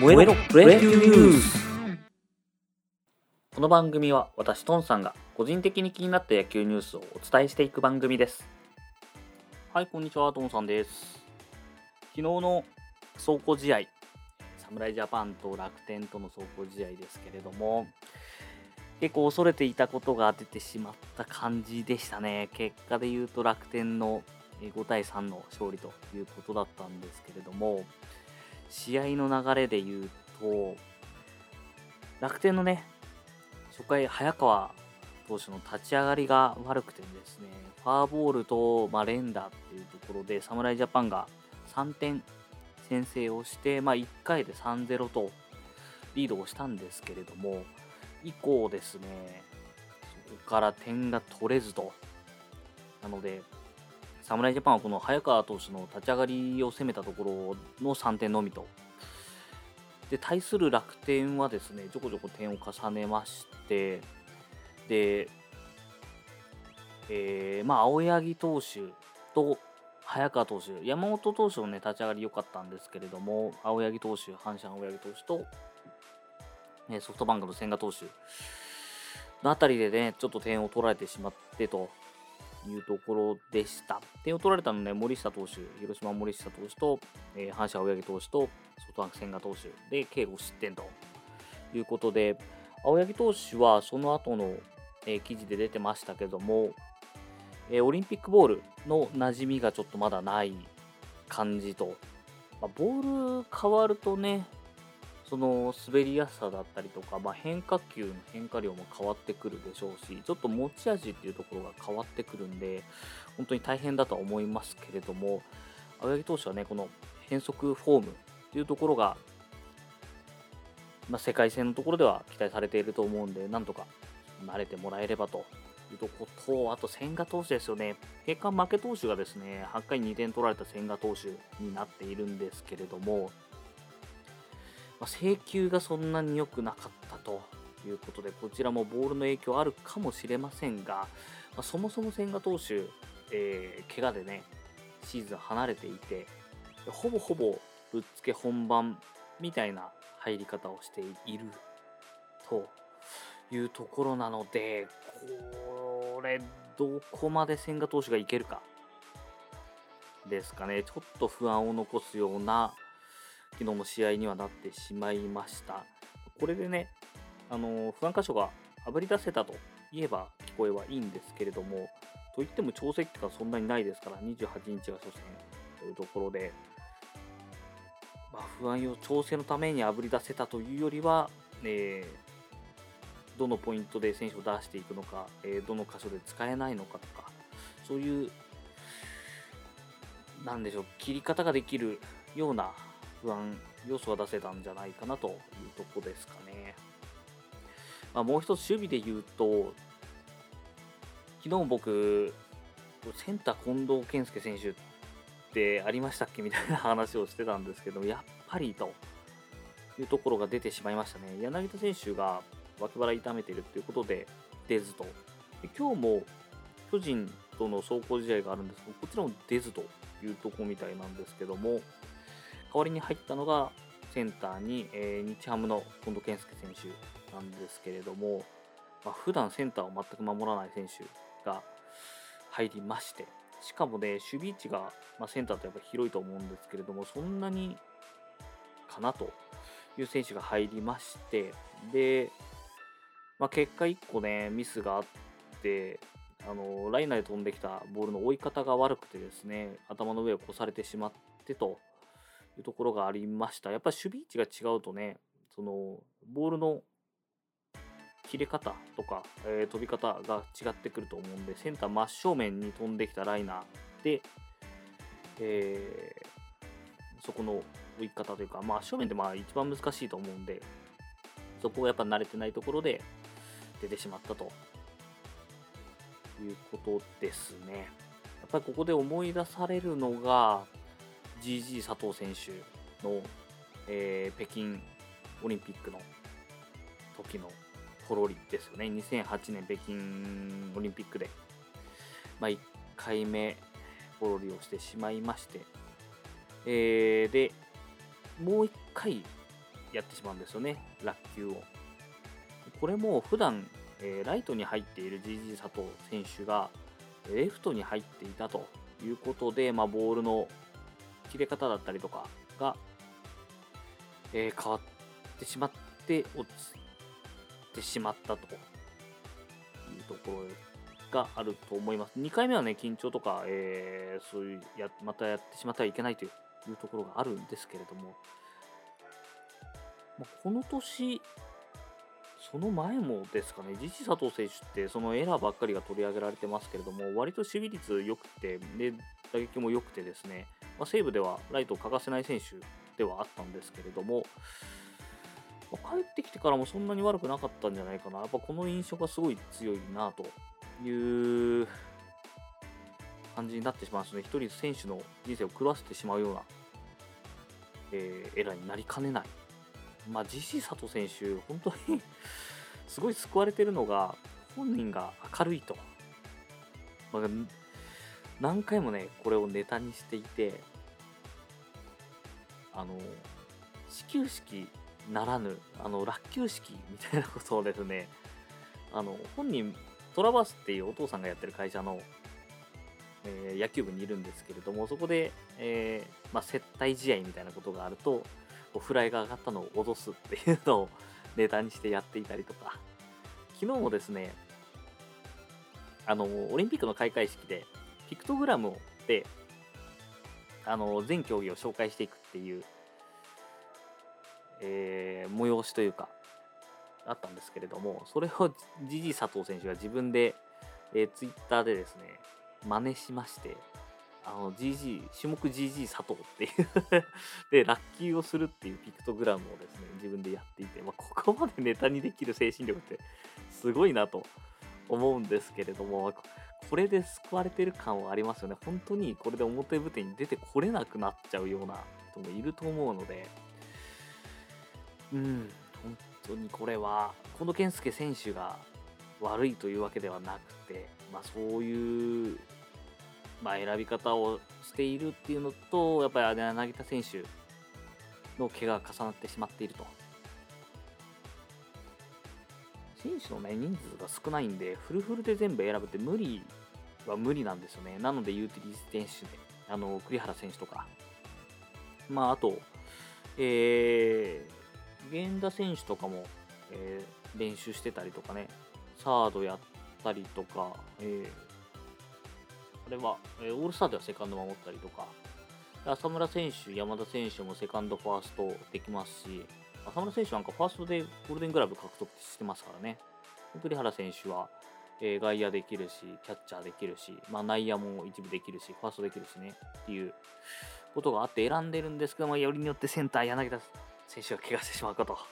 燃えろプロ野球ニュース。この番組は私トンさんが個人的に気になった野球ニュースをお伝えしていく番組です。はい、こんにちは、トンさんです。昨日の壮行試合、侍ジャパンと楽天との壮行試合ですけれども、結構恐れていたことが出てしまった感じでしたね。結果で言うと楽天の5対3の勝利ということだったんですけれども、試合の流れで言うと、楽天のね、初回、早川投手の立ち上がりが悪くてですね、フォアボールと、連打っていうところで、侍ジャパンが3点先制をして、1回で 3-0 とリードをしたんですけれども、以降ですね、そこから点が取れずと。なので、侍ジャパンはこの早川投手の立ち上がりを攻めたところの3点のみと。で、対する楽天はですね、ちょこちょこ点を重ねまして、で、青柳投手と早川投手、山本投手のね、立ち上がり良かったんですけれども、青柳投手、阪神青柳投手と、ソフトバンクの千賀投手のあたりでね、ちょっと点を取られてしまってというところでした。点を取られたのね、森下投手、広島森下投手と、阪神青柳投手と、ソフトバンク千賀投手で計5失点ということで、青柳投手はその後の、記事で出てましたけども、オリンピックボールの馴染みがちょっとまだない感じと、ボール変わるとね、その滑りやすさだったりとか、変化球の変化量も変わってくるでしょうし、ちょっと持ち味っていうところが変わってくるんで、本当に大変だとは思いますけれども、青柳投手はね、この変則フォームっていうところが、世界戦のところでは期待されていると思うんで、なんとか慣れてもらえればというところと、あと千賀投手ですよね。結果負け投手がですね、8回2点取られた千賀投手になっているんですけれども、制球がそんなに良くなかったということで、こちらもボールの影響あるかもしれませんが、そもそも千賀投手、怪我でね、シーズン離れていて、ほぼほぼぶっつけ本番みたいな入り方をしているというところなので、これ、どこまで千賀投手がいけるかですかね。ちょっと不安を残すような昨日の試合にはなってしまいました。これでね、不安箇所があぶり出せたと言えば聞こえはいいんですけれども、といっても調整期間そんなにないですから、28日が初戦というところで、不安を調整のためにあぶり出せたというよりは、どのポイントで選手を出していくのか、どの箇所で使えないのかとか、そういう、切り方ができるような不安要素が出せたんじゃないかなというところですかね。もう一つ守備で言うと、昨日僕、センター近藤健介選手ってありましたっけみたいな話をしてたんですけど、やっぱりというところが出てしまいましたね。柳田選手が脇腹痛めているということで出ずと。で今日も巨人との壮行試合があるんですけど、こちらも出ずというところみたいなんですけども、代わりに入ったのがセンターに、日ハムの近藤健介選手なんですけれども、普段センターを全く守らない選手が入りまして、しかもね、守備位置が、センターとやっぱ広いと思うんですけれども、そんなにかなという選手が入りまして、で、結果1個ね、ミスがあって、ライナーで飛んできたボールの追い方が悪くてですね、頭の上を越されてしまってというところがありました。やっぱり守備位置が違うとね、そのボールの切れ方とか、飛び方が違ってくると思うんで、センター真正面に飛んできたライナーで、そこの追い方というか、真正面で一番難しいと思うんで、そこをやっぱ慣れてないところで出てしまったということですね。やっぱりここで思い出されるのが、GG 佐藤選手の、北京オリンピックの時のポロリですよね。2008年北京オリンピックで、1回目ポロリをしてしまいまして、でもう1回やってしまうんですよね、落球を。これも普段、ライトに入っている GG 佐藤選手がレフトに入っていたということで、ボールの切れ方だったりとかが、変わってしまって落ちてしまったというところがあると思います。2回目はね、緊張とか、そういうまたやってしまってはいけないというところがあるんですけれども、この年、その前もですかね、GG 佐藤選手ってそのエラーばっかりが取り上げられてますけれども、割と守備率良くて、で打撃も良くてですね、西武ではライトを欠かせない選手ではあったんですけれども、帰ってきてからもそんなに悪くなかったんじゃないかな。やっぱこの印象がすごい強いなという感じになってしまうんですね。一人選手の人生を狂わせてしまうような、エラーになりかねない。GC 佐藤選手、本当にすごい救われてるのが、本人が明るいと。何回もね、これをネタにしていて、始球式ならぬ、落球式みたいなことをですね、本人、トラバースっていうお父さんがやってる会社の、野球部にいるんですけれども、そこで、接待試合みたいなことがあると、フライが上がったのを脅すっていうのをネタにしてやっていたりとか、昨日もですね、オリンピックの開会式で、ピクトグラムで、全競技を紹介していくっていう、催しというか、あったんですけれども、それを GG 佐藤選手が自分で、ツイッターでですね、真似しまして、種目 GG 佐藤っていうで、落球をするっていうピクトグラムをですね、自分でやっていて、ここまでネタにできる精神力ってすごいなと思うんですけれども、これで救われてる感はありますよね。本当にこれで表舞台に出てこれなくなっちゃうような人もいると思うので、本当にこれは、近藤健介選手が悪いというわけではなくて、そういう、選び方をしているっていうのと、やっぱり柳田選手の怪我が重なってしまっていると。選手のね、人数が少ないんで、フルフルで全部選ぶって無理は無理なんですよね。なので、ユーティリティ選手で、栗原選手とか、あと、源田選手とかも、練習してたりとかね、サードやったりとか、あれは、オールスターではセカンド守ったりとか、浅村選手、山田選手もセカンド、ファーストできますし、浅村選手なんかファーストでゴールデングラブ獲得してますからね。栗原選手は、外野できるし、キャッチャーできるし、内野も一部できるし、ファーストできるしね、っていうことがあって選んでるんですけども、よりによってセンター、柳田選手が怪我してしまうかと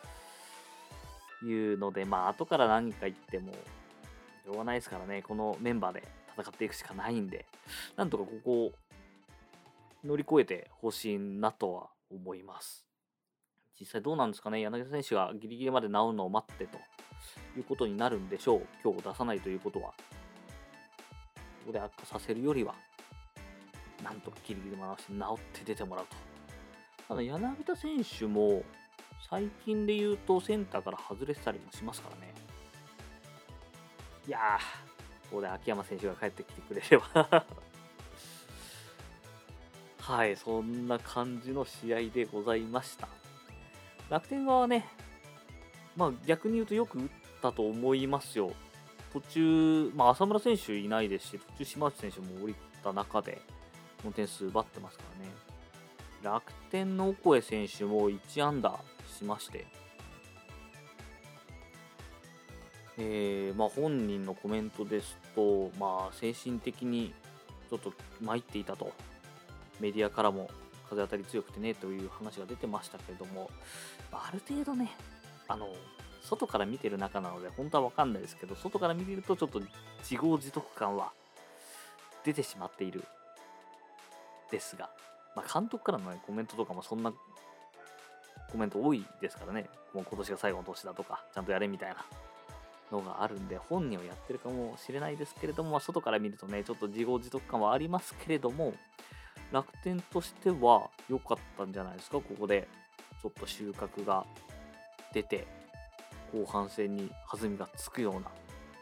いうので、後から何か言っても、しょうがないですからね、このメンバーで戦っていくしかないんで、なんとかここを乗り越えてほしいなとは思います。実際どうなんですかね、柳田選手がギリギリまで治るのを待ってということになるんでしょう。今日出さないということは。ここで悪化させるよりは、なんとかギリギリ回して治って出てもらうと。ただ柳田選手も最近で言うとセンターから外れてたりもしますからね。いやー、ここで秋山選手が帰ってきてくれればはい、そんな感じの試合でございました。楽天側はね、逆に言うとよく打ったと思いますよ。途中、浅村選手いないですし、途中島内選手も降りた中で、この点数奪ってますからね。楽天のオコエ選手も1安打しまして、本人のコメントですと、精神的にちょっと参っていたと。メディアからも風当たり強くてねという話が出てましたけれども、ある程度ね、外から見てる中なので本当は分かんないですけど、外から見てるとちょっと自業自得感は出てしまっているですが、監督からの、コメントとかもそんなコメント多いですからね、もう今年が最後の年だとか、ちゃんとやれみたいなのがあるんで、本人をやってるかもしれないですけれども、外から見るとね、ちょっと自業自得感はありますけれども、楽天としては良かったんじゃないですか、ここでちょっと収穫が出て、後半戦に弾みがつくような、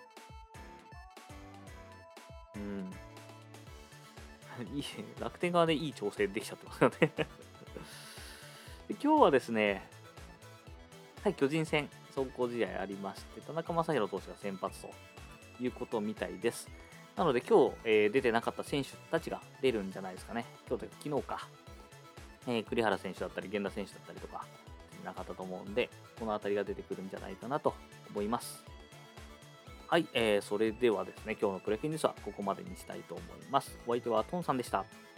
いい楽天側でいい調整できちゃってますよね。で今日はですね、対巨人戦、壮行試合ありまして、田中将大投手が先発ということみたいです。なので今日、出てなかった選手たちが出るんじゃないですかね。今日というか昨日か。栗原選手だったり、源田選手だったりとか、なかったと思うんで、この辺りが出てくるんじゃないかなと思います。はい、それではですね、今日のプレキンニュースはここまでにしたいと思います。お相手はトンさんでした。